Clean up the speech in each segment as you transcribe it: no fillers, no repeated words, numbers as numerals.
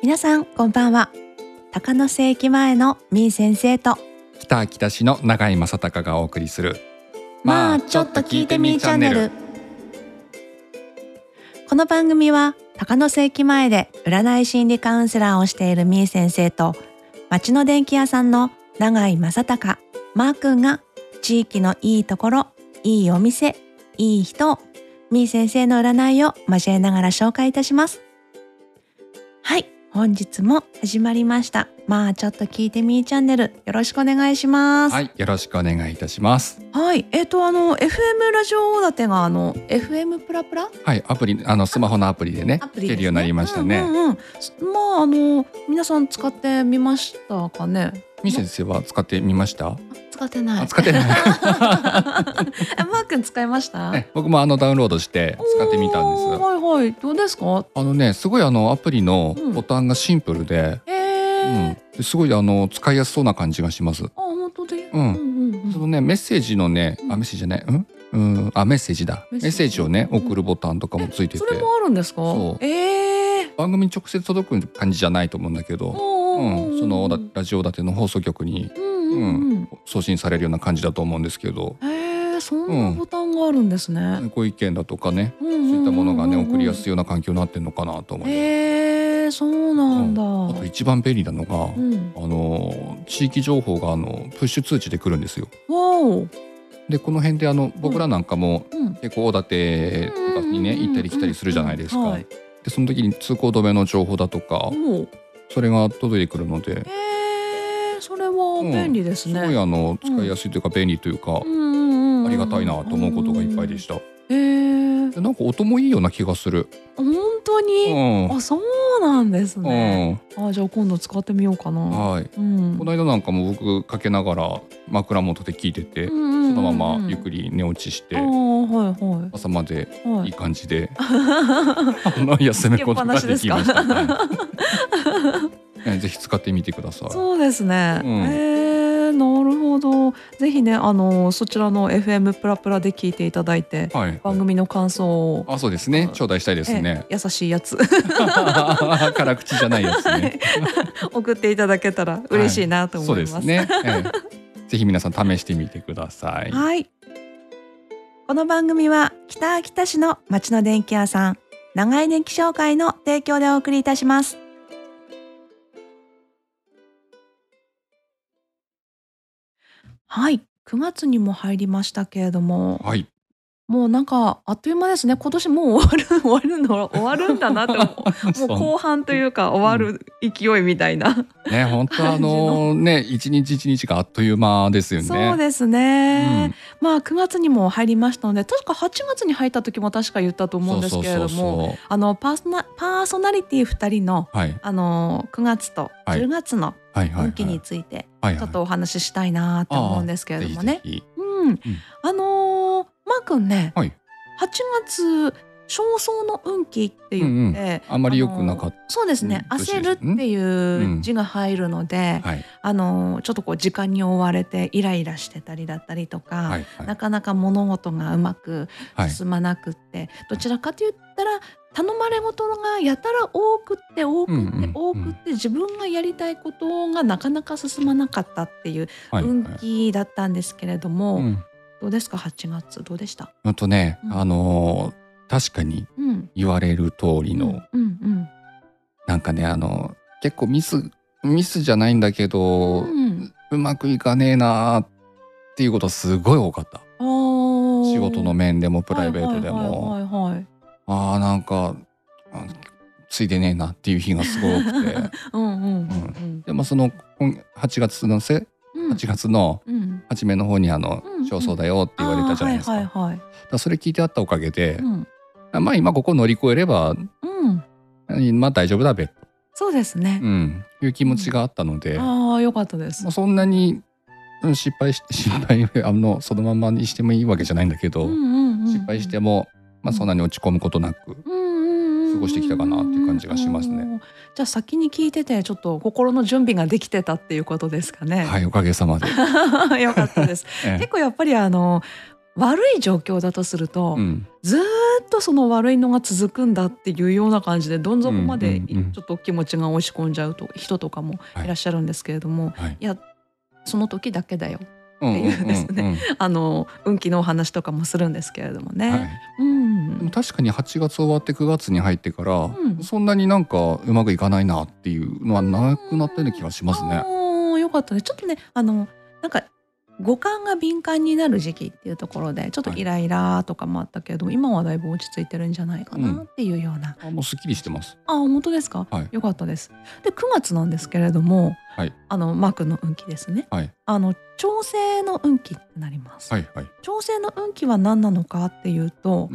皆さんこんばんは。高野瀬駅前のみー先生と北秋田市の永井正隆がお送りするまあちょっと聞いてみーチャンネル。この番組は高野瀬駅前で占い心理カウンセラーをしているみー先生と町の電気屋さんの永井正隆マー君が地域のいいところ、いいお店、いい人をみー先生の占いを交えながら紹介いたします。はい、本日も始まりました。まあちょっと聞いてみーチャンネル、よろしくお願いします。 はい、よろしくお願いいたします。 はい、FM ラジオ大手がFM プラプラ、 はい、アプリスマホのアプリでね、聞けるようになりましたね。 まあ皆さん使ってみましたかね。 み先生は使ってみました？ 使ってない。 使ってない。 マー君使いました？ 僕もダウンロードして使ってみたんです。 はいはい、どうですか？ すごいアプリのボタンがシンプルで、すごい使いやすそうな感じがします。 本当で。 そのねメッセージのね、メッセージじゃない、メッセージだ。メッセージをね送るボタンとかもついてて、 それもあるんですか？ そう。番組に直接届く感じじゃないと思うんだけど、そのラジオ立ての放送局に送信されるような感じだと思うんですけど、 そんなボタンがあるんですね。 ご意見だとかね、そういったものがね送りやすいような環境になってるのかなと思います。 そうなんだ。 あと一番便利なのが、地域情報がプッシュ通知で来るんですよ。でこの辺で僕らなんかも結構大館とかにね行ったり来たりするじゃないですか。でその時に通行止めの情報だとか、それが届いてくるので、 それは便利ですね。 すごい使いやすいというか便利というか、ありがたいなと思うことがいっぱいでした。でなんか音もいいような気がする。 本当に？そうなんですね。じゃあ今度使ってみようかな。 はい。この間なんかも僕かけながら枕元で聞いてて、そのままゆっくり寝落ちして、朝までいい感じで休めることができました。ぜひ使ってみてください。そうですね。なるほど。ぜひねそちらの FM プラプラで聞いていただいて、番組の感想をそうですね、頂戴したいですね。 優しいやつ辛口じゃないやつね。 送っていただけたら嬉しいなと思います。 そうですね。ぜひ皆さん試してみてください。 はい。この番組は北秋田市の町の電気屋さん長井電気商会の提供でお送りいたします。はい、9月にも入りましたけれども、もうなんかあっという間ですね。今年もう終わるんだなってもう後半というか終わる勢いみたいな。 ね、本当一日一日があっという間ですよね。 そうですね。まあ9月にも入りましたので、確か8月に入った時も確か言ったと思うんですけれども、パーソナリティ2人の9月と10月の運気についてちょっとお話ししたいなと思うんですけれどもね。マー君ね、8月焦燥の運気って言って、 あんまり良くなかった。 そうですね、焦るっていう字が入るので、ちょっとこう時間に追われてイライラしてたりだったりとか、なかなか物事がうまく進まなくって、どちらかと言ったら頼まれ事がやたら多くって自分がやりたいことがなかなか進まなかったっていう運気だったんですけれども、どうですか8月どうでした？ 確かに言われる通りのなんかね結構ミスじゃないんだけど、うまくいかねえなっていうことすごい多かった。仕事の面でもプライベートでもなんかついてねえなっていう日がすごくてでもその8月の初めの方に焦燥だよって言われたじゃないですか。それ聞いてあったおかげで、今ここ乗り越えれば大丈夫だべと。 そうですね。 いう気持ちがあったので、 よかったです。 そんなに失敗そのままにしてもいいわけじゃないんだけど、失敗してもそんなに落ち込むことなく過ごしてきたかなっていう感じがしますね。 じゃあ先に聞いててちょっと心の準備ができてたっていうことですかね。 はい、おかげさまで。 よかったです。結構やっぱり悪い状況だとすると、ずっとその悪いのが続くんだっていうような感じでどん底までちょっと気持ちが押し込んじゃう人とかもいらっしゃるんですけれども、いやその時だけだよっていうですね、運気のお話とかもするんですけれどもね。 でも確かに8月終わって9月に入ってから、そんなになんかうまくいかないなっていうのはなくなったような気がしますね。 よかったね。ちょっとねなんか五感が敏感になる時期っていうところでちょっとイライラとかもあったけれども、今はだいぶ落ち着いてるんじゃないかなっていうような。 もうすっきりしてます。 本当ですか。よかったです。で9月なんですけれども、マークの運気ですね。調整の運気ってなります。調整の運気は何なのかっていうと、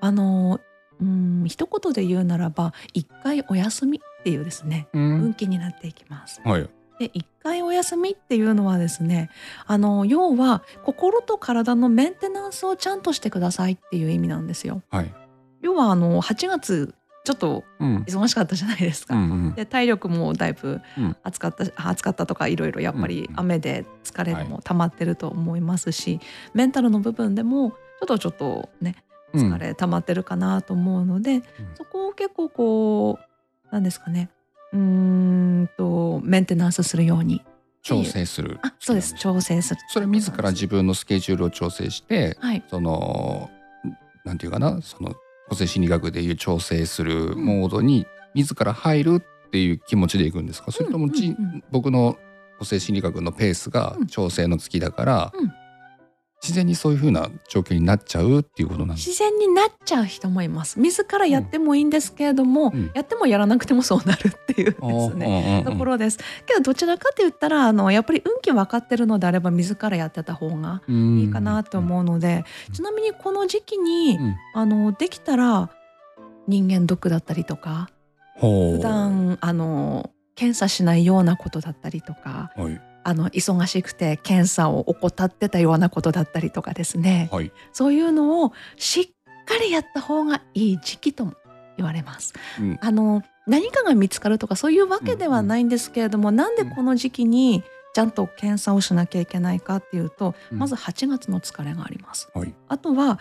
一言で言うならば一回お休みっていうですね、運気になっていきます。で一回お休みっていうのはですね、要は心と体のメンテナンスをちゃんとしてくださいっていう意味なんですよ。要は8月ちょっと忙しかったじゃないですか。で体力もだいぶ暑かったとかいろいろやっぱり雨で疲れも溜まってると思いますし、メンタルの部分でもちょっとね疲れ溜まってるかなと思うので、そこを結構こうなんですかね、メンテナンスするように調整する。 そうです、調整する。 それ自ら自分のスケジュールを調整して、そのなんていうかな、その個性心理学でいう調整するモードに自ら入るっていう気持ちでいくんですか。それとも僕の個性心理学のペースが調整の月だから、自然にそういう風な状況になっちゃうっていうことなんです。 自然になっちゃう人もいます。自らやってもいいんですけれども、やってもやらなくてもそうなるっていうですね、ところです。けどどちらかと言ったらやっぱり運気分かってるのであれば自らやってた方がいいかなと思うので、ちなみにこの時期にできたら人間ドックだったりとか、普段検査しないようなことだったりとか、忙しくて検査を怠ってたようなことだったりとかですね、そういうのをしっかりやった方がいい時期とも言われます。何かが見つかるとかそういうわけではないんですけれども、なんでこの時期にちゃんと検査をしなきゃいけないかっていうと、まず8月の疲れがあります。あとは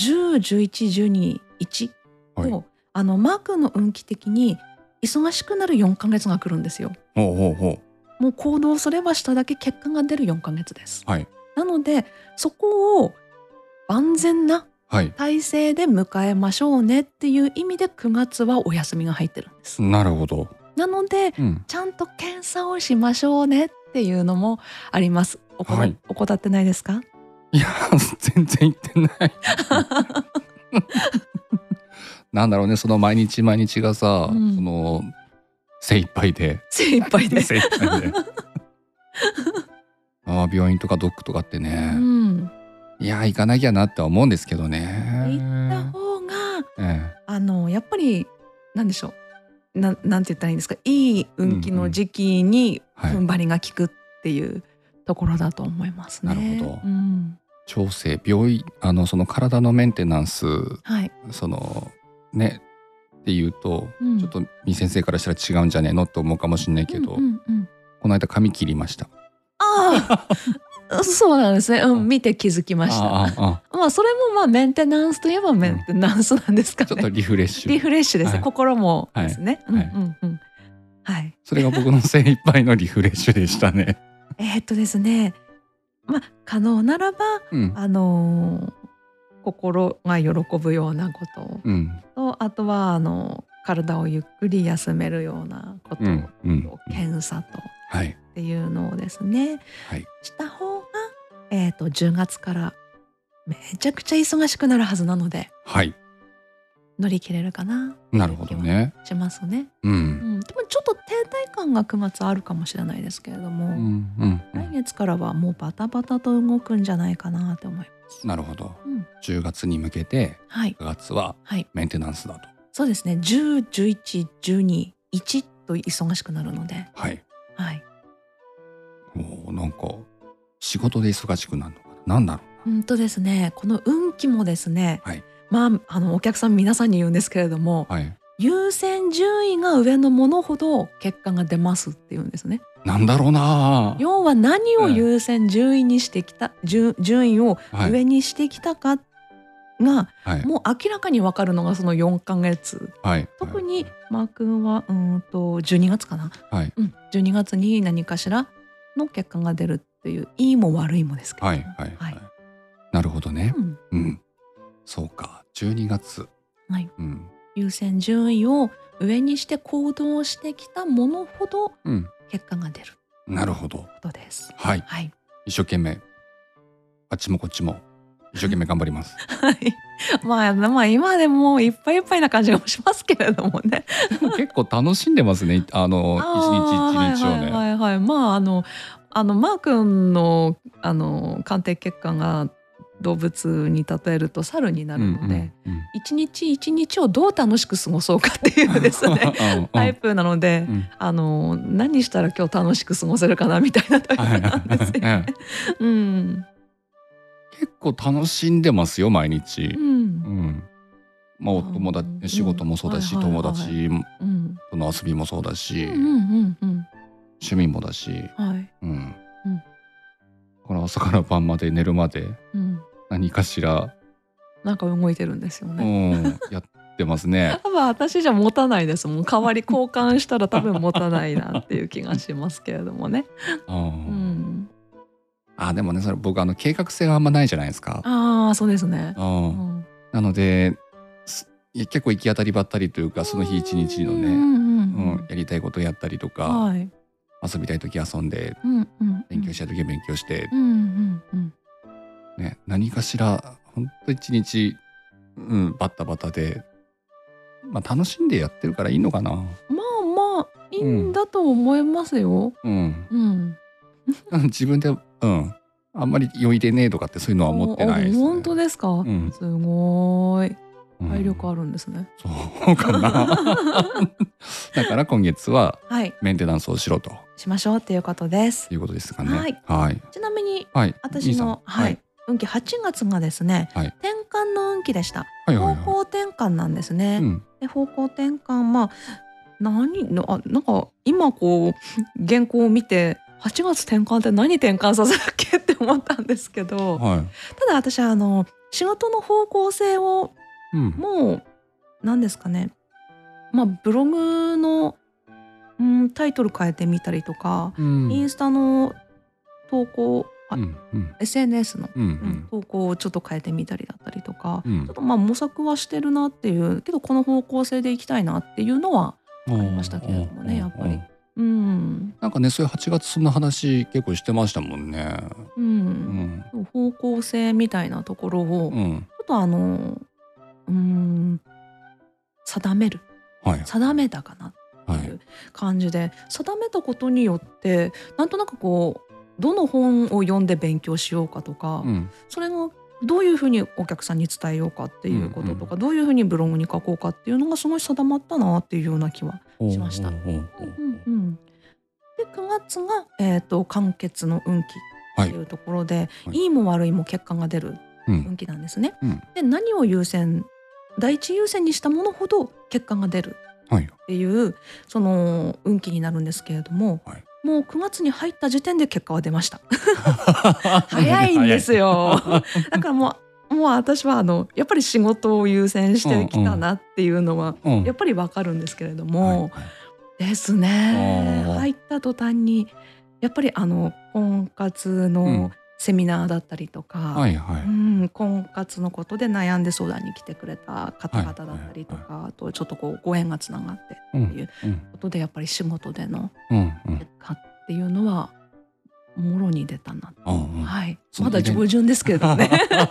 10、11、12、1とマークの運気的に忙しくなる4ヶ月が来るんですよ。もう行動すればしただけ結果が出る4ヶ月です。なのでそこを万全な体制で迎えましょうねっていう意味で9月はお休みが入ってるんです。 なるほど。 なので、ちゃんと検査をしましょうねっていうのもあります。怠ってないですか？ いや全然言ってないなんだろうね、その毎日毎日がさ、その精一杯で病院とかドックとかってね、いや行かなきゃなって思うんですけどね。 行った方が、やっぱりなんでしょう、なんて言ったらいいんですか、いい運気の時期に踏ん張りが効くっていうところだと思いますね。 なるほど。調整、病院その体のメンテナンス、そのねっていうと、ちょっとみ先生からしたら違うんじゃねえのって思うかもしれないけど、この間髪切りました。 そうなんですね。見て気づきました。それもメンテナンスといえばメンテナンスなんですかね。 ちょっとリフレッシュ。 リフレッシュですね。心もですね。 それが僕の精一杯のリフレッシュでしたね。 ですね。可能ならば心が喜ぶようなことと、あとは体をゆっくり休めるようなことと、検査とっていうのをですね、した方が10月からめちゃくちゃ忙しくなるはずなので、乗り切れるかな。 なるほどね。 しますね。でもちょっと停滞感が9月あるかもしれないですけれども、来月からはもうバタバタと動くんじゃないかなと思います。 なるほど。10月に向けて9月はメンテナンスだと。 そうですね。10、11、12、1と忙しくなるので。 もうなんか仕事で忙しくなるのかな。なんだろう。 ですね。この運気もですね。お客さん皆さんに言うんですけれども、 優先順位が上のものほど結果が出ますっていうんですね。 なんだろうな。 要は何を優先順位にしてきた、順位を上にしてきたかが、もう明らかに分かるのがその4ヶ月、特にマー君は12月かな、12月に何かしらの結果が出るっていう、いいも悪いもですけど、 なるほどね。そうか、12月、 優先順位を上にして行動してきたものほど結果が出る。 なるほど。 ことです。 一生懸命、あっちもこっちも一生懸命頑張ります。 まあ今でもいっぱいいっぱいな感じがしますけれどもね。 結構楽しんでますね。一日一日をね。 まあマー君の鑑定結果が動物に例えると猿になるので、一日一日をどう楽しく過ごそうかっていうですねタイプなので、何したら今日楽しく過ごせるかなみたいなタイプなんですよね。 結構楽しんでますよ毎日。まあお友達、仕事もそうだし、友達との遊びもそうだし、趣味もだし、この朝から晩まで寝るまで何かしらなんか動いてるんですよね。 やってますね。 多分私じゃ持たないですもん。代わり交換したら多分持たないなっていう気がしますけれどもね。 でもね、それ僕計画性はあんまないじゃないですか。 そうですね。 なので結構行き当たりばったりというか、その日一日のね、やりたいことやったりとか、遊びたい時遊んで、勉強したい時は勉強して、何かしら本当一日、バタバタで、楽しんでやってるからいいのかな。 まあいいんだと思いますよ。 自分であんまり酔いでねえとかってそういうのは思ってないですね。 本当ですか。すごい体力あるんですね。 そうかな。だから今月はメンテナンスをしろと。 しましょうっていうことです。 いうことですかね。 ちなみに私の運気8月がですね、転換の運気でした。方向転換なんですね。で方向転換、なんか今こう原稿を見て8月転換って何転換させなきゃって思ったんですけど、ただ私は仕事の方向性をもう何ですかね、ブログのタイトル変えてみたりとか、インスタの投稿、SNS の投稿をちょっと変えてみたりだったりとか、ちょっと模索はしてるなっていう、けどこの方向性でいきたいなっていうのはありましたけれどもね、やっぱり。 なんかね、そういう8月そんな話結構してましたもんね。 方向性みたいなところをちょっと定めたかなっていう感じで、定めたことによってなんとなくこうどの本を読んで勉強しようかとか、それがどういうふうにお客さんに伝えようかっていうこととか、どういうふうにブログに書こうかっていうのがすごい定まったなっていうような気はしました。で9月が、完結の運気っていうところで、いいも悪いも結果が出る運気なんですね。で何を第一優先にしたものほど結果が出るっていうその運気になるんですけれども、もう9月に入った時点で結果は出ました。早いんですよ。だからもう私はやっぱり仕事を優先してきたなっていうのはやっぱりわかるんですけれども、ですね、入った途端にやっぱり婚活のセミナーだったりとか、婚活のことで悩んで相談に来てくれた方々だったりとか、あとちょっとこうご縁がつながってっていうことで、やっぱり仕事での結果っていうのはもろに出たな。まだ上旬ですけれどね。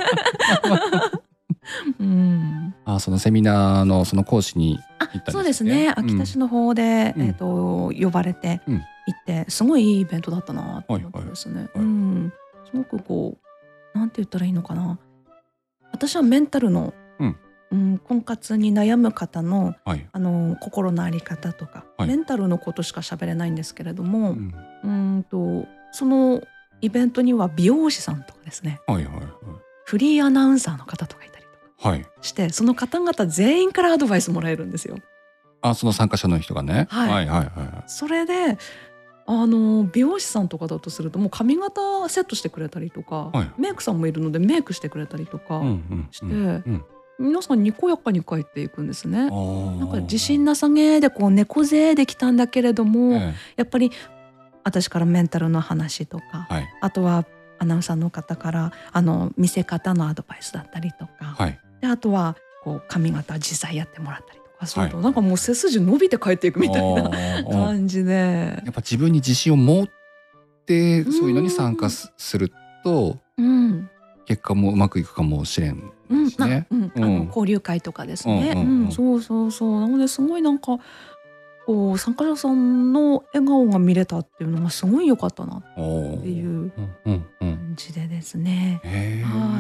そのセミナーのその講師に行ったんですね。 そうですね、秋田市の方で呼ばれて行って、すごいいいイベントだったなと思ってですね。すごくこうなんて言ったらいいのかな、私はメンタルの婚活に悩む方の心の在り方とか、メンタルのことしか喋れないんですけれども、そのイベントには美容師さんとかですね、フリーアナウンサーの方とかいたりとかして、その方々全員からアドバイスもらえるんですよ。 その参加者の人がね。 はいはいはいはい。 それで美容師さんとかだとするともう髪型セットしてくれたりとか、 はい、 メイクさんもいるのでメイクしてくれたりとかして、皆さんにこやかに帰っていくんですね。なんか自信なさげでこう猫背で来たんだけれども、やっぱり私からメンタルの話とか、 はい、 あとはアナウンサーの方から見せ方のアドバイスだったりとか、 はい、 であとはこう髪型実際やってもらったりとかすると、なんかもう背筋伸びて帰っていくみたいな感じで、 やっぱ自分に自信を持ってそういうのに参加すると、結果もうまくいくかもしれんですね。 交流会とかですね。そうそうそう。なのですごいなんかこう参加者さんの笑顔が見れたっていうのがすごい良かったなっていう感じでですね。 はい。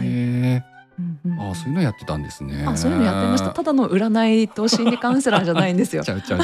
そういうのやってたんですね。 そういうのやってました。ただの占いと心理カウンセラーじゃないんですよ。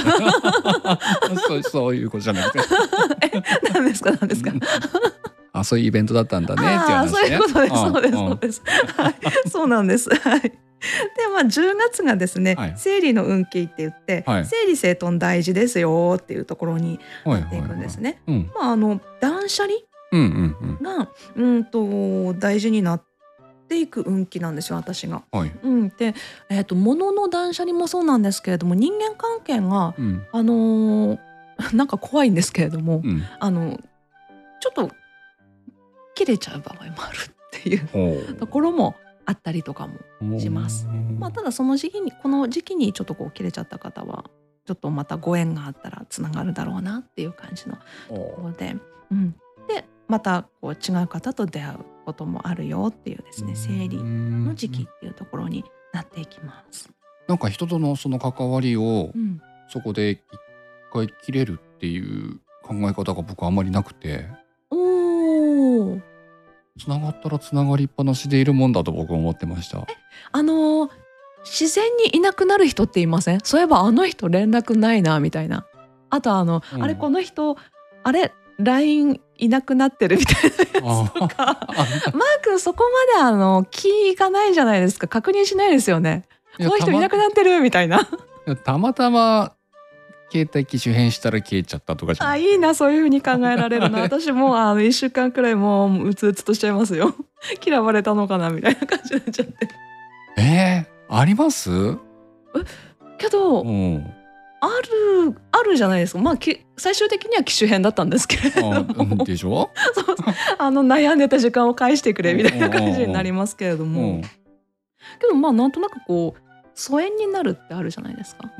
そういうことじゃなくて。 何ですか何ですか。 そういうイベントだったんだねっていう話ね。 そういうことです。そうですそうです。そうなんです。はい。で10月がですね、生理の運気って言って、整理整頓大事ですよっていうところになっていくんですね。断捨離が大事になっていく運気なんですよ、私が。で、物の断捨離もそうなんですけれども、人間関係がなんか怖いんですけれども、ちょっと切れちゃう場合もあるっていうところもあったりとかもします。ただこの時期にちょっとこう切れちゃった方はちょっとまたご縁があったらつながるだろうなっていう感じのところで、でまたこう違う方と出会うこともあるよっていうですね、生理の時期っていうところになっていきます。 なんか人とのその関わりを、そこで一回切れるっていう考え方が僕はあんまりなくて。つながったらつながりっぱなしでいるもんだと僕は思ってました。 自然にいなくなる人っていません？そういえばあの人連絡ないなみたいな。あとあれこの人あれ LINE いなくなってるみたいなやつとかマー君そこまで気がないじゃないですか。確認しないですよね。この人いなくなってるみたいな。 たまたま携帯機種変したら消えちゃったとかじゃない。 いいな、そういう風に考えられるな。私も1週間くらいもううつうつとしちゃいますよ。嫌われたのかなみたいな感じになっちゃって。 あります？ けど、あるじゃないですか。最終的には機種変だったんですけれども。 でしょ？ 悩んでた時間を返してくれみたいな感じになりますけれども。けどなんとなくこう疎遠になるってあるじゃないですか。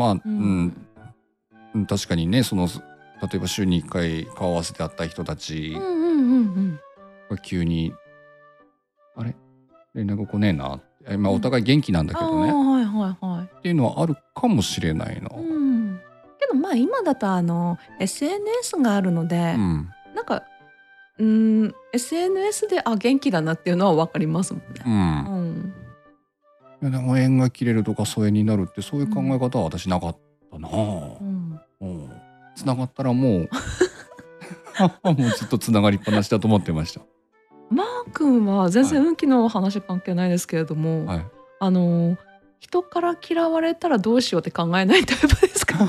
確かにね、例えば週に1回顔合わせて会った人たちが急にあれ連絡来ねえな、お互い元気なんだけどね、っていうのはあるかもしれないな。 けど今だとSNS があるので、なんかSNS で元気だなっていうのは分かりますもんね。 でも縁が切れるとか疎遠になるってそういう考え方は私なかったな。つながったらもうもうずっとつながりっぱなしだと思ってました。 マー君は全然運気の話関係ないですけれども、人から嫌われたらどうしようって考えないタイプですか？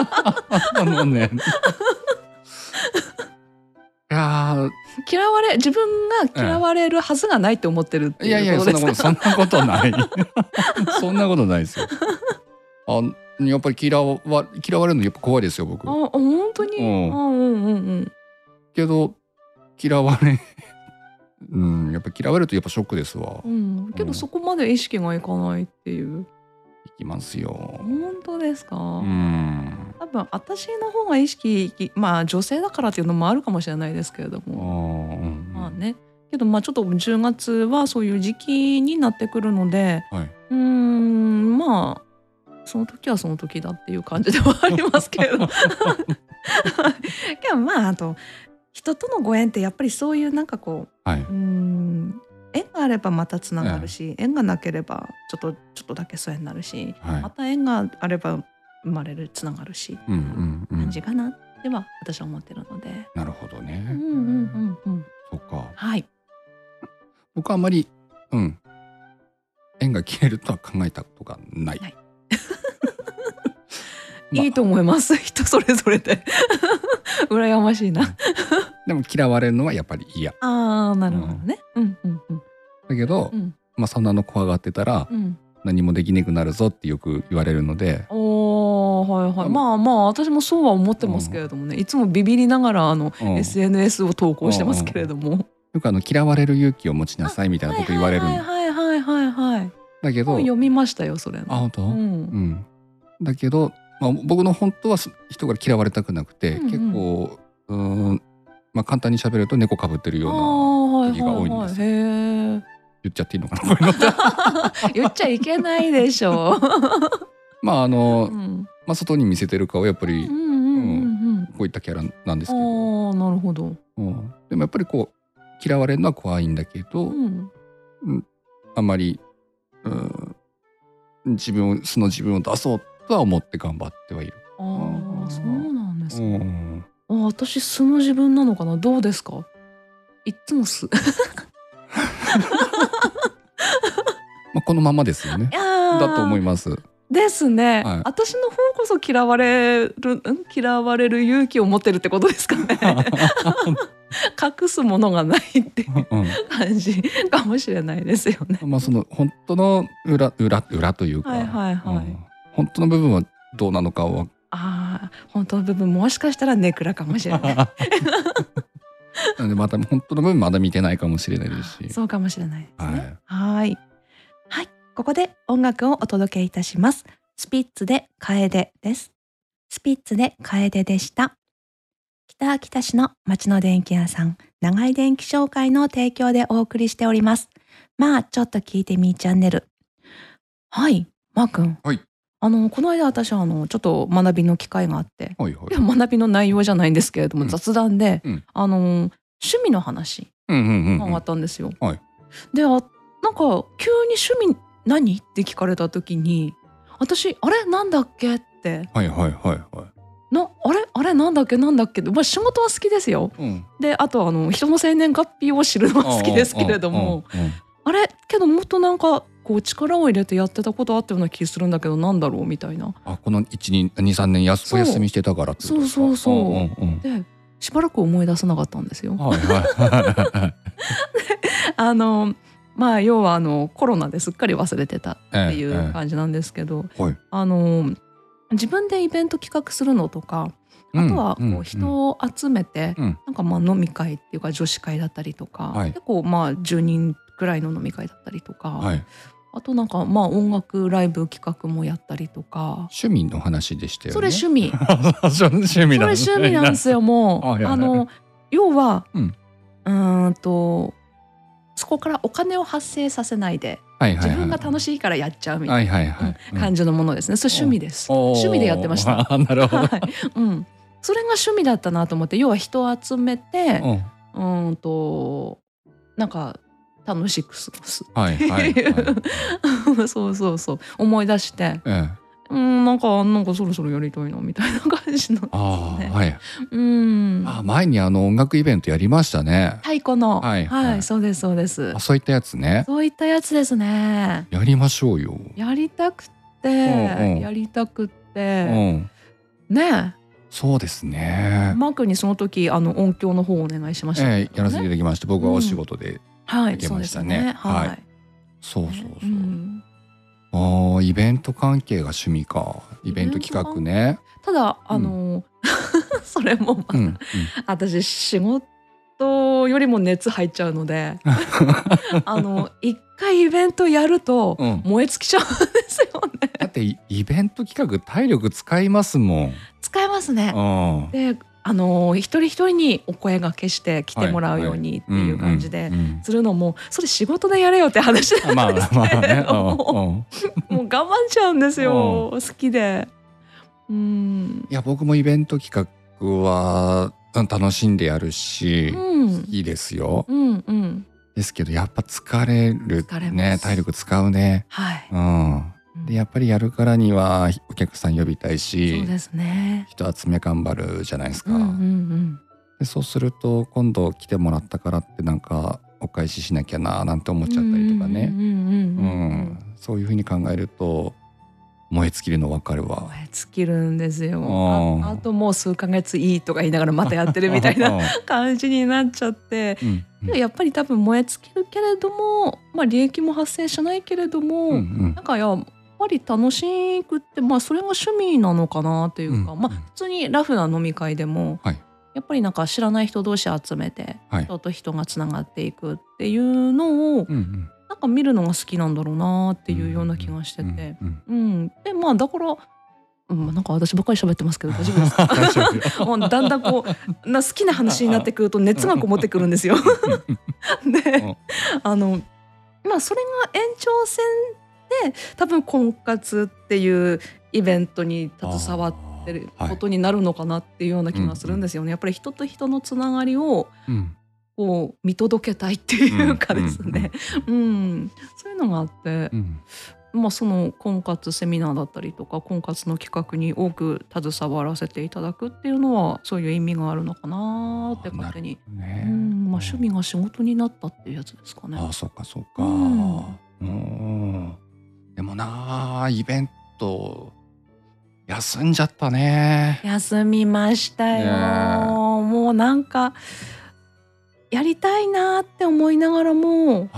自分が嫌われるはずがないって思ってるっていうことですか？ そんなことないそんなことないですよ。やっぱり嫌われるのやっぱ怖いですよ僕。 本当に？ けど嫌われやっぱ嫌われるとやっぱショックですわ。 けどそこまで意識がいかないっていう。 いきますよ。 本当ですか？多分私の方が意識女性だからっていうのもあるかもしれないですけれども、けどちょっと10月はそういう時期になってくるので、その時はその時だっていう感じではありますけれどけどあと人とのご縁ってやっぱりそういうなんかこう、縁があればまたつながるし、縁がなければちょっとだけ疎遠になるし、また縁があれば生まれるつながるし、感じかなっては私は思ってるので。 なるほどね。そっか。僕はあんまり縁が切れるとは考えたことがない。 いいと思います。人それぞれで羨ましいなでも嫌われるのはやっぱり嫌。 ああ、なるほどね。 だけど、そんなの怖がってたら、何もできなくなるぞってよく言われるので。 はいはい。まあまあ私もそうは思ってますけれどもね。いつもビビりながらSNS を投稿してますけれども。 よく嫌われる勇気を持ちなさいみたいなこと言われるの。 はい。 だけど読みましたよそれ。 本当？だけど、僕の本当は人から嫌われたくなくて、結構簡単に喋ると猫かぶってるような時が多いんですよ。言っちゃっていいのかなこういうのって言っちゃいけないでしょ外に見せてる顔はやっぱりこういったキャラなんですけど。 なるほど。 でもやっぱり嫌われるのは怖いんだけど、あんまり素の自分を出そうとは思って頑張ってはいる。 そうなんですね。私素の自分なのかな。どうですか。いつも素このままですよね。だと思います。 ですね。私の方こそ嫌われる勇気を持ってるってことですかね。隠すものがないっていう感じかもしれないですよね。 その本当の裏というか、本当の部分はどうなのかは。 本当の部分もしかしたらネクラかもしれない。なのでまた本当の部分まだ見てないかもしれないですし。 そうかもしれないですね。はい。ここで音楽をお届けいたします。スピッツで楓です。スピッツで楓でした。北秋田市の町の電気屋さん、長井電気商会の提供でお送りしております。ちょっと聞いてみーチャンネル。はい、マー君。この間私ちょっと学びの機会があって、学びの内容じゃないんですけれども、雑談で、趣味の話があったんですよ。で、なんか急に趣味何って聞かれた時に、私あれなんだっけって。あれなんだっけ仕事は好きですよ。であと人の生年月日を知るのは好きですけれども、あれけどもっとなんか力を入れてやってたことあったような気するんだけどなんだろうみたいな。 この1、2、3年お休みしてたからってことですか。 そうでしばらく思い出さなかったんですよ。要はコロナですっかり忘れてたっていう感じなんですけど、自分でイベント企画するのとか、あとは人を集めてなんか飲み会っていうか女子会だったりとか、結構10人くらいの飲み会だったりとか、あとなんか音楽ライブ企画もやったりとか。 趣味の話でしたよね。 それ趣味趣味なんですよ。もう要はそこからお金を発生させないで自分が楽しいからやっちゃうみたいな感じのものですね。それ趣味です。趣味でやってました。 なるほど。 それが趣味だったなと思って、要は人を集めてなんか楽しく過ごす。そう思い出して、なんかそろそろやりたいなみたいな感じなんですね。 前に音楽イベントやりましたね。 太鼓の。そうです。 そういったやつね。 そういったやつですね。 やりましょうよ。 やりたくてね。 そうですね。 マー君にその時音響の方をお願いしました。 やらせていただきまして、僕はお仕事でやりましたね。そう。イベント関係が趣味か。イベント企画ね。 ただそれも私仕事よりも熱入っちゃうので一回イベントやると燃え尽きちゃうんですよね。 だってイベント企画体力使いますもん。 使いますね。で一人一人にお声がけして来てもらうようにっていう感じでするのも、それ仕事でやれよって話なんですけれども、もう我慢しちゃうんですよ。好きで。 いや僕もイベント企画は楽しんでやるし、いいですよ。ですけどやっぱ疲れるね。体力使うね。でやっぱりやるからにはお客さん呼びたいし、 そうですね、 人集め頑張るじゃないですか。でそうすると今度来てもらったからってなんかお返ししなきゃななんて思っちゃったりとかね。そういうふうに考えると燃え尽きるの分かるわ。 燃え尽きるんですよ。あともう数ヶ月いいとか言いながらまたやってるみたいな感じになっちゃって、やっぱり多分燃え尽きるけれども、利益も発生しないけれども、なんかやっぱり楽しくって、それが趣味なのかなっていうか、普通にラフな飲み会でも、やっぱりなんか知らない人同士集めて、人と人がつながっていくっていうのを、なんか見るのが好きなんだろうなっていうような気がしてて、でだからなんか私ばっかり喋ってますけど大丈夫ですか？大丈夫。もうだんだんこう好きな話になってくると熱がこもってくるんですよ。で、それが延長線で多分婚活っていうイベントに携わってることになるのかなっていうような気がするんですよね。やっぱり人と人のつながりをこう見届けたいっていうかですね、そういうのがあって、その婚活セミナーだったりとか婚活の企画に多く携わらせていただくっていうのはそういう意味があるのかなって勝手に、趣味が仕事になったっていうやつですかね。 そうかそうか。でもなイベント休んじゃったね。 休みましたよ、もうなんかやりたいなって思いながらも、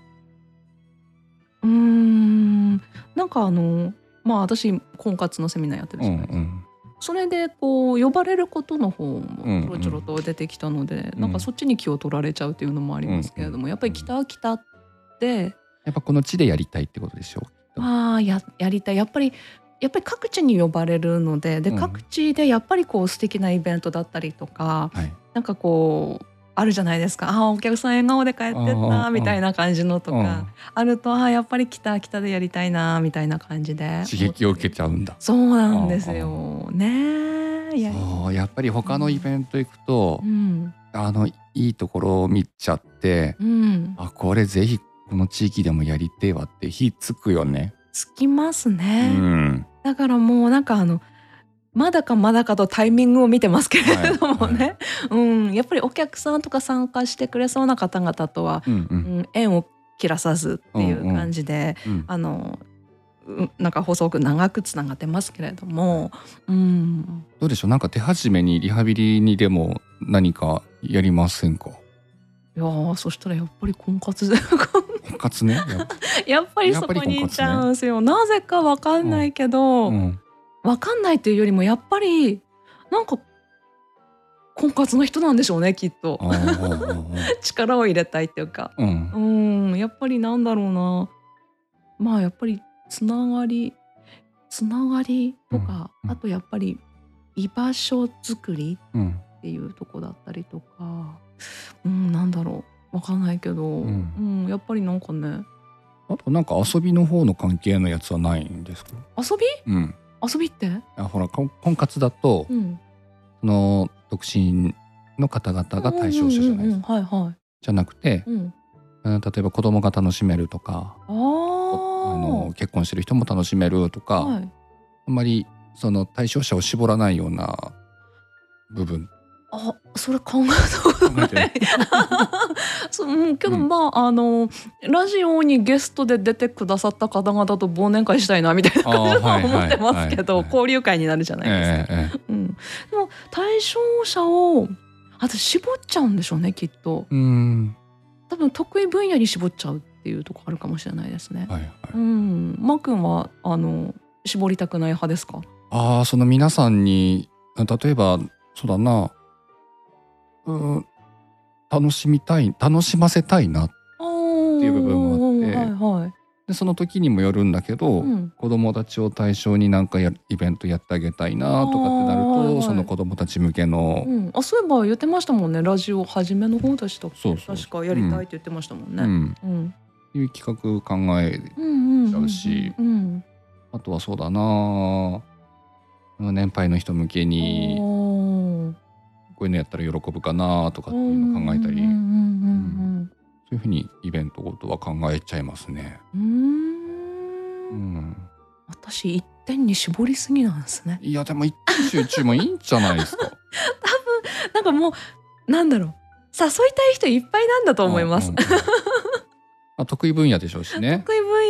なんか私婚活のセミナーやってるじゃないですか、それでこう呼ばれることの方もちょろちょろと出てきたので、なんかそっちに気を取られちゃうっていうのもありますけれども、やっぱり来たってやっぱこの地でやりたいってことでしょう。 やりたい。やっぱり各地に呼ばれるので、各地でやっぱりこう素敵なイベントだったりとか、なんかこうあるじゃないですか。お客さん笑顔で帰ってったみたいな感じのとかあると、やっぱり来たでやりたいなみたいな感じで刺激を受けちゃうんだ。 そうなんですよね。 やっぱり他のイベント行くと、いいところを見ちゃって、これぜひこの地域でもやりてえわって火つくよね。 つきますね、だからもうなんかまだかとタイミングを見てますけれどもね、やっぱりお客さんとか参加してくれそうな方々とは、縁を切らさずっていう感じで、なんか細く長くつながってますけれども、 どうでしょう、なんか手始めにリハビリにでも何かやりませんか？ いやそしたらやっぱり婚活で婚活ねやっぱりそこに行っちゃうんですよ。なぜかわかんないけど、わかんないっていうよりもやっぱりなんか婚活の人なんでしょうね、きっと力を入れたいっていうか、やっぱりなんだろうな、やっぱりつながりとか、あとやっぱり居場所作りっていうとこだったりとか、なんだろうわかんないけど、やっぱりなんかね。 あとなんか遊びの方の関係のやつはないんですか？ 遊び？遊びって？ ほら婚活だと、その独身の方々が対象者じゃないですか。じゃなくて、例えば子供が楽しめるとか、結婚してる人も楽しめるとか、あんまりその対象者を絞らないような部分。 それ考えたことないけどラジオにゲストで出てくださった方々と忘年会したいなみたいな感じは思ってますけど、交流会になるじゃないですか。でも対象者を私絞っちゃうんでしょうね、きっと。多分得意分野に絞っちゃうっていうところあるかもしれないですね。マー君は絞りたくない派ですか？ その皆さんに例えばそうだな、楽しませたいなっていう部分があって、でその時にもよるんだけど、子供たちを対象になんかイベントやってあげたいなとかってなると、その子供たち向けの、 そういえば言ってましたもんね、ラジオ初めの方でしたっけ？確かやりたいって言ってましたもんね。 いう企画考えちゃうし、あとはそうだな、年配の人向けにこういうのやったら喜ぶかなとかっていうのを考えたり、そういうふうにイベントごとは考えちゃいますね。 私一点に絞りすぎなんですね。 いやでも一点集中もいいんじゃないですか。 多分なんかもうなんだろう、誘いたい人いっぱいなんだと思います。 得意分野でしょうしね。 得意分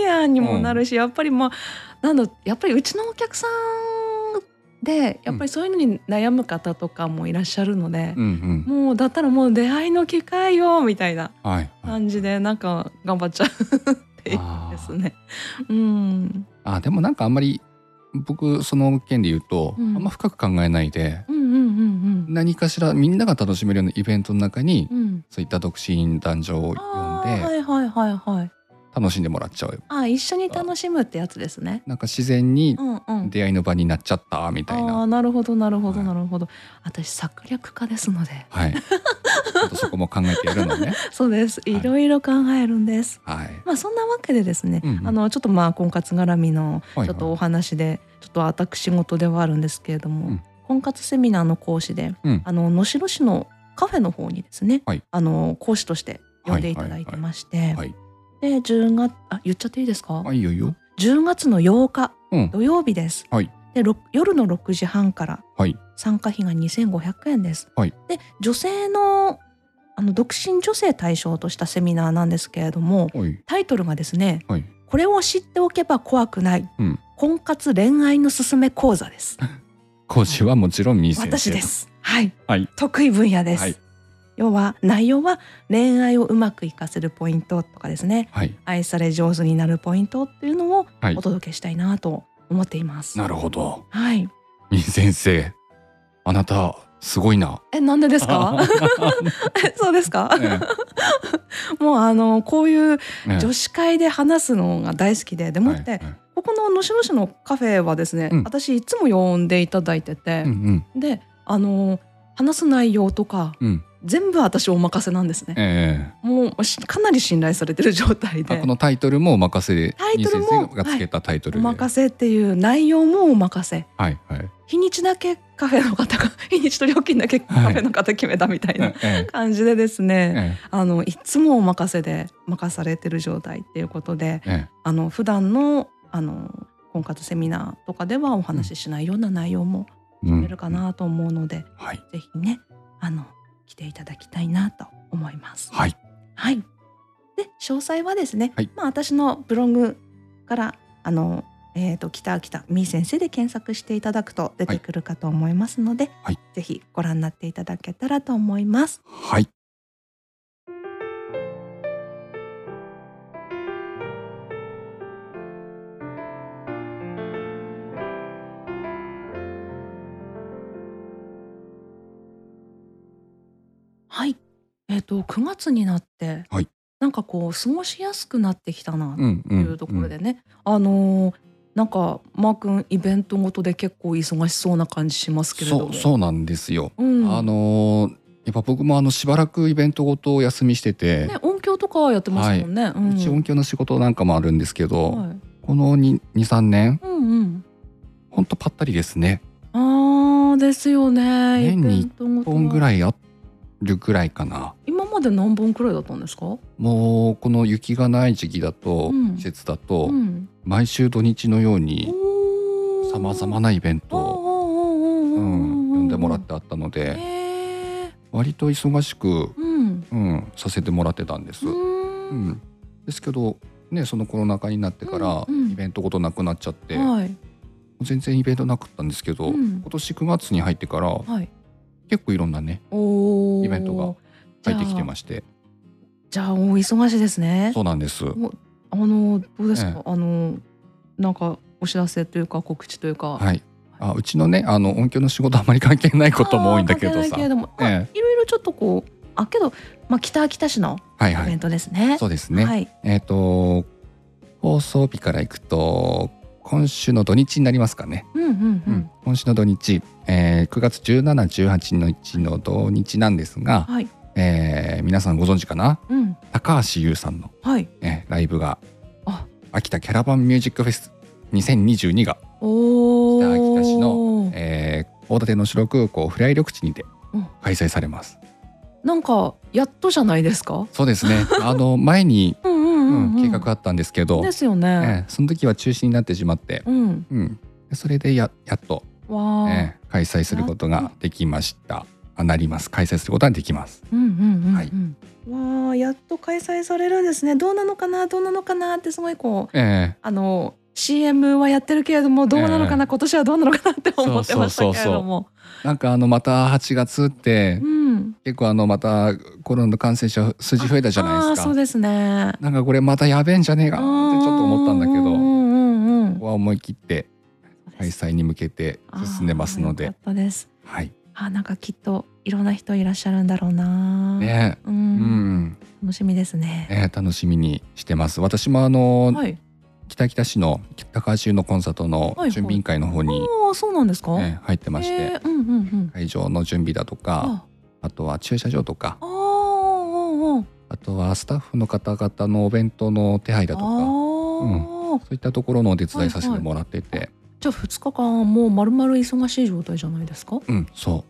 アにもなるし、やっぱりやっぱりうちのお客さんでやっぱりそういうのに悩む方とかもいらっしゃるので、もうだったらもう出会いの機会よみたいな感じでなんか頑張っちゃうっていうですね。 でもなんかあんまり僕その件で言うと、あんま深く考えないで、何かしらみんなが楽しめるようなイベントの中に、そういった独身男女を呼んで楽しんでもらっちゃう。 一緒に楽しむってやつですね。 なんか自然に出会いの場になっちゃったみたいな。 なるほどなるほどなるほど。私策略家ですので、 そこも考えてやるのね。 そうです。いろいろ考えるんです。そんなわけでですね、ちょっと婚活絡みのちょっとお話で、ちょっと私事ではあるんですけれども、婚活セミナーの講師で、能代市のカフェの方にですね、講師として呼んでいただいてまして、で10月言っちゃっていいですか？ いいよいいよ。 10月の8日、土曜日です。で夜の6時半から、参加費が2500円です。で女性の独身女性対象としたセミナーなんですけれども、タイトルがですね、これを知っておけば怖くない、婚活恋愛のすすめ講座です。 講師はもちろんみー先生。 私です。得意分野です。要は内容は恋愛をうまくいかせるポイントとかですね、愛され上手になるポイントっていうのをお届けしたいなと思っています。 なるほど。みー先生、あなたすごいな。 なんでですか？そうですか？もうこういう女子会で話すのが大好きで、でもってここの能代市のカフェはですね、私いつも呼んでいただいてて、で話す内容とか、全部私お任せなんですね。もうかなり信頼されてる状態で、 このタイトルもお任せ、タイトルもがつけたタイトルで、 お任せっていう内容もお任せ、日にちだけカフェの方が日にちと料金だけカフェの方決めたみたいな感じでですね、いつもお任せで任されてる状態っていうことで、普段の婚活セミナーとかではお話ししないような内容も聞けるかなと思うので、ぜひね来ていただきたいなと思います。で詳細はですね、私のブログから北みー先生で検索していただくと出てくるかと思いますので、ぜひご覧になっていただけたらと思います。9月になって、なんかこう過ごしやすくなってきたなっていうところでね、なんかマー君イベントごとで結構忙しそうな感じしますけれども。 そうなんですよ。やっぱ僕もしばらくイベントごとお休みしてて、 音響とかやってますもんね。 うち音響の仕事なんかもあるんですけど、この 2,3 年ほんとぱったりですね。 ですよね。 年に1本ぐらいあるぐらいかな。 今まで何本くらいだったんですか？ もうこの雪がない時期だと、季節だと、毎週土日のようにさまざまなイベントを呼んでもらってあったので、割と忙しくさせてもらってたんです。ですけどね、そのコロナ禍になってからイベントごとなくなっちゃって、全然イベントなかったんですけど、今年9月に入ってから、結構いろんなねイベントが入ってきてまして。 じゃあお忙しいですね。 そうなんです。 どうですか、なんかお知らせというか告知というか。 うちのね音響の仕事あまり関係ないことも多いんだけどさ、いろいろちょっとこうけど北秋田市のイベントですね。 そうですね。放送日から行くと今週の土日になりますかね。今週の土日、9月17、18日の土日なんですが、皆さんご存知かな、高橋優さんの、ライブが秋田キャラバンミュージックフェス2022が北秋田市の、大館能代空港フライ緑地にて開催されます。 なんかやっとじゃないですか？ そうですね。前に計画あったんですけど、 ですよね。 その時は中止になってしまって、それでやっと開催することができました。 なります。開催することができます。 はい。わあ、やっと開催されるんですね。どうなのかなってすごいこう、CM はやってるけれどもどうなのかな、今年はどうなのかなって思ってましたけれども、 なんかまた8月って、結構またコロナの感染者数字増えたじゃないですか。 そうですね。 なんかこれまたやべえんじゃねえかなってちょっと思ったんだけど、ここは思い切って開催に向けて進んでますので。 よかったです。 はい。 なんかきっといろんな人いらっしゃるんだろうな。 ね。 楽しみですね。 楽しみにしてます。私も北北市の高橋のコンサートの準備委員会の方に入ってまして、会場の準備だとか、あとは駐車場とか、あとはスタッフの方々のお弁当の手配だとか、そういったところのお手伝いさせてもらってて。 じゃあ2日間もう丸々忙しい状態じゃないですか？ そう。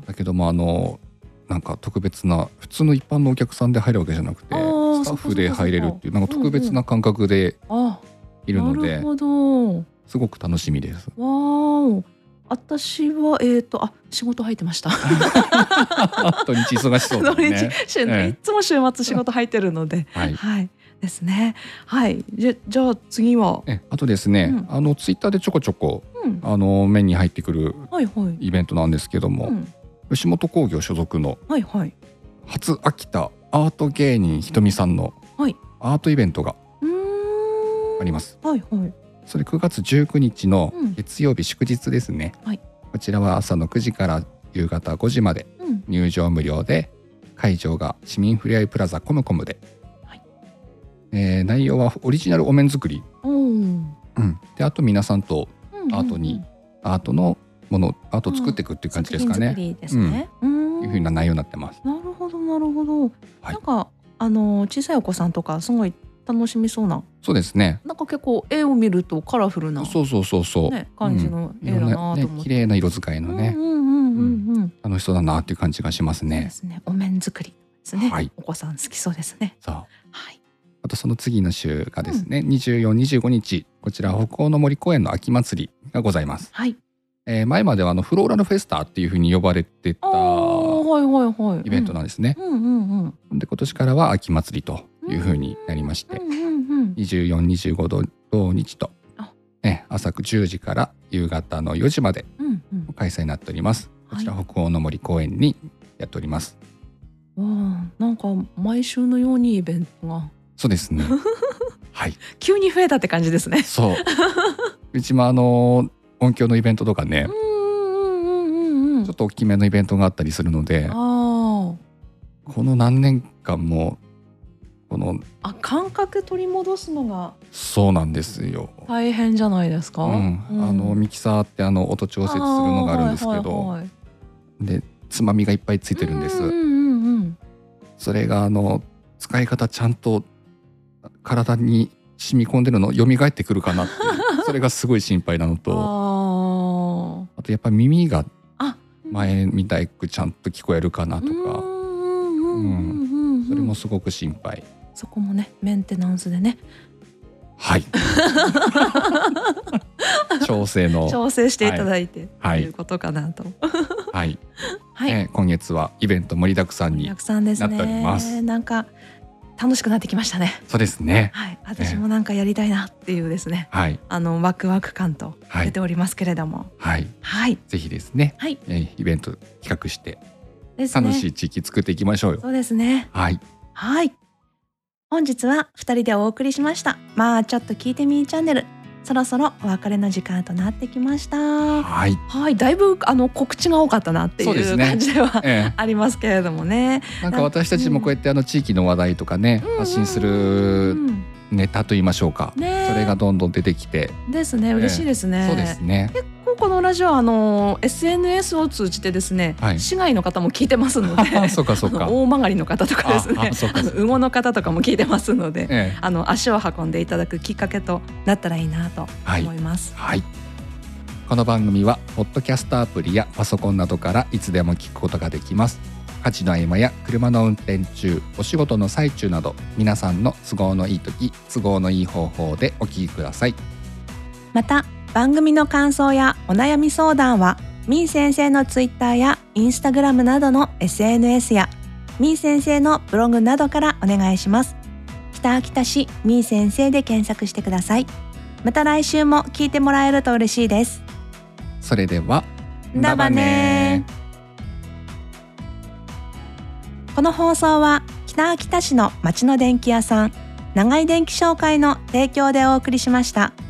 だけどもなんか特別な普通の一般のお客さんで入るわけじゃなくて、スタッフで入れるっていうなんか特別な感覚でいるので、なるほど、すごく楽しみです。 わー、私は仕事入ってました。 土日忙しそうだね。 いつも週末仕事入ってるので、はいですね。はい。じゃあ次はあとですね、ツイッターでちょこちょこ目に入ってくるイベントなんですけども、吉本興業所属の初秋田アート芸人ひとみさんのアートイベントがあります。それ9月19日の月曜日祝日ですね。こちらは朝の9時から夕方5時まで入場無料で、会場が市民ふれあいプラザコムコムで、内容はオリジナルお面作り、であと皆さんとアートのものアートを作っていくっていう感じですかね。いうふうな内容になってます。 なるほどなるほど。なんか小さいお子さんとかすごい楽しみそうな。 そうですね。 なんか結構絵を見るとカラフルなそう感じの絵だなと思って、 綺麗な色使いのね、楽しそうだなっていう感じがしますね。 ですね。お面作りですね。お子さん好きそうですね。 そう。あとその次の週がですね、24、25日こちら北欧の森公園の秋祭りがございます。前まではフローラルフェスタっていう風に呼ばれてたイベントなんですね。で今年からは秋祭りという風になりまして、24、25土日と朝10時から夕方の4時まで開催になっております。こちら北欧の森公園にやっております。 なんか毎週のようにイベントが。 そうですね。はい。 急に増えたって感じですね。 そう。うちも音響のイベントとかね、ちょっと大きめのイベントがあったりするので、この何年間もこの感覚取り戻すのがそうなんですよ。 大変じゃないですか？ ミキサーって音調節するのがあるんですけど、でつまみがいっぱいついてるんです。それが使い方ちゃんと体に染み込んでるの蘇ってくるかなってそれがすごい心配なのと、あとやっぱり耳が前みたくちゃんと聞こえるかなとか、それもすごく心配。 そこもねメンテナンスでね、 調整していただいてということかなと。 今月はイベント盛りだくさんになっております。 なんか楽しくなってきましたね。 そうですね。 私もなんかやりたいなっていうですね。ワクワク感と出ておりますけれども。 ぜひですね。イベント企画して楽しい地域作っていきましょうよ。 そうですね。本日は2人でお送りしました。まあちょっと聞いてみーチャンネル。そろそろお別れの時間となってきました。だいぶ告知が多かったなっていう感じではありますけれどもね。 なんか私たちもこうやって地域の話題とかね、発信するネタと言いましょうか、それがどんどん出てきてですね、嬉しいですね。 そうですね。 結構このラジオはSNS を通じてですね、市外の方も聞いてますので、 そうかそうか、 大曲の方とかですね、羽後の方とかも聞いてますので、足を運んでいただくきっかけとなったらいいなと思います。 この番組はポッドキャストアプリやパソコンなどからいつでも聞くことができます。家事の合間や車の運転中、お仕事の最中など、皆さんの都合のいい時、都合のいい方法でお聞きください。 また番組の感想やお悩み相談はみー先生のツイッターやインスタグラムなどの SNS やみー先生のブログなどからお願いします。北秋田市みー先生で検索してください。また来週も聞いてもらえると嬉しいです。 それではだばね。この放送は北秋田市の町の電気屋さん長井電気商会の提供でお送りしました。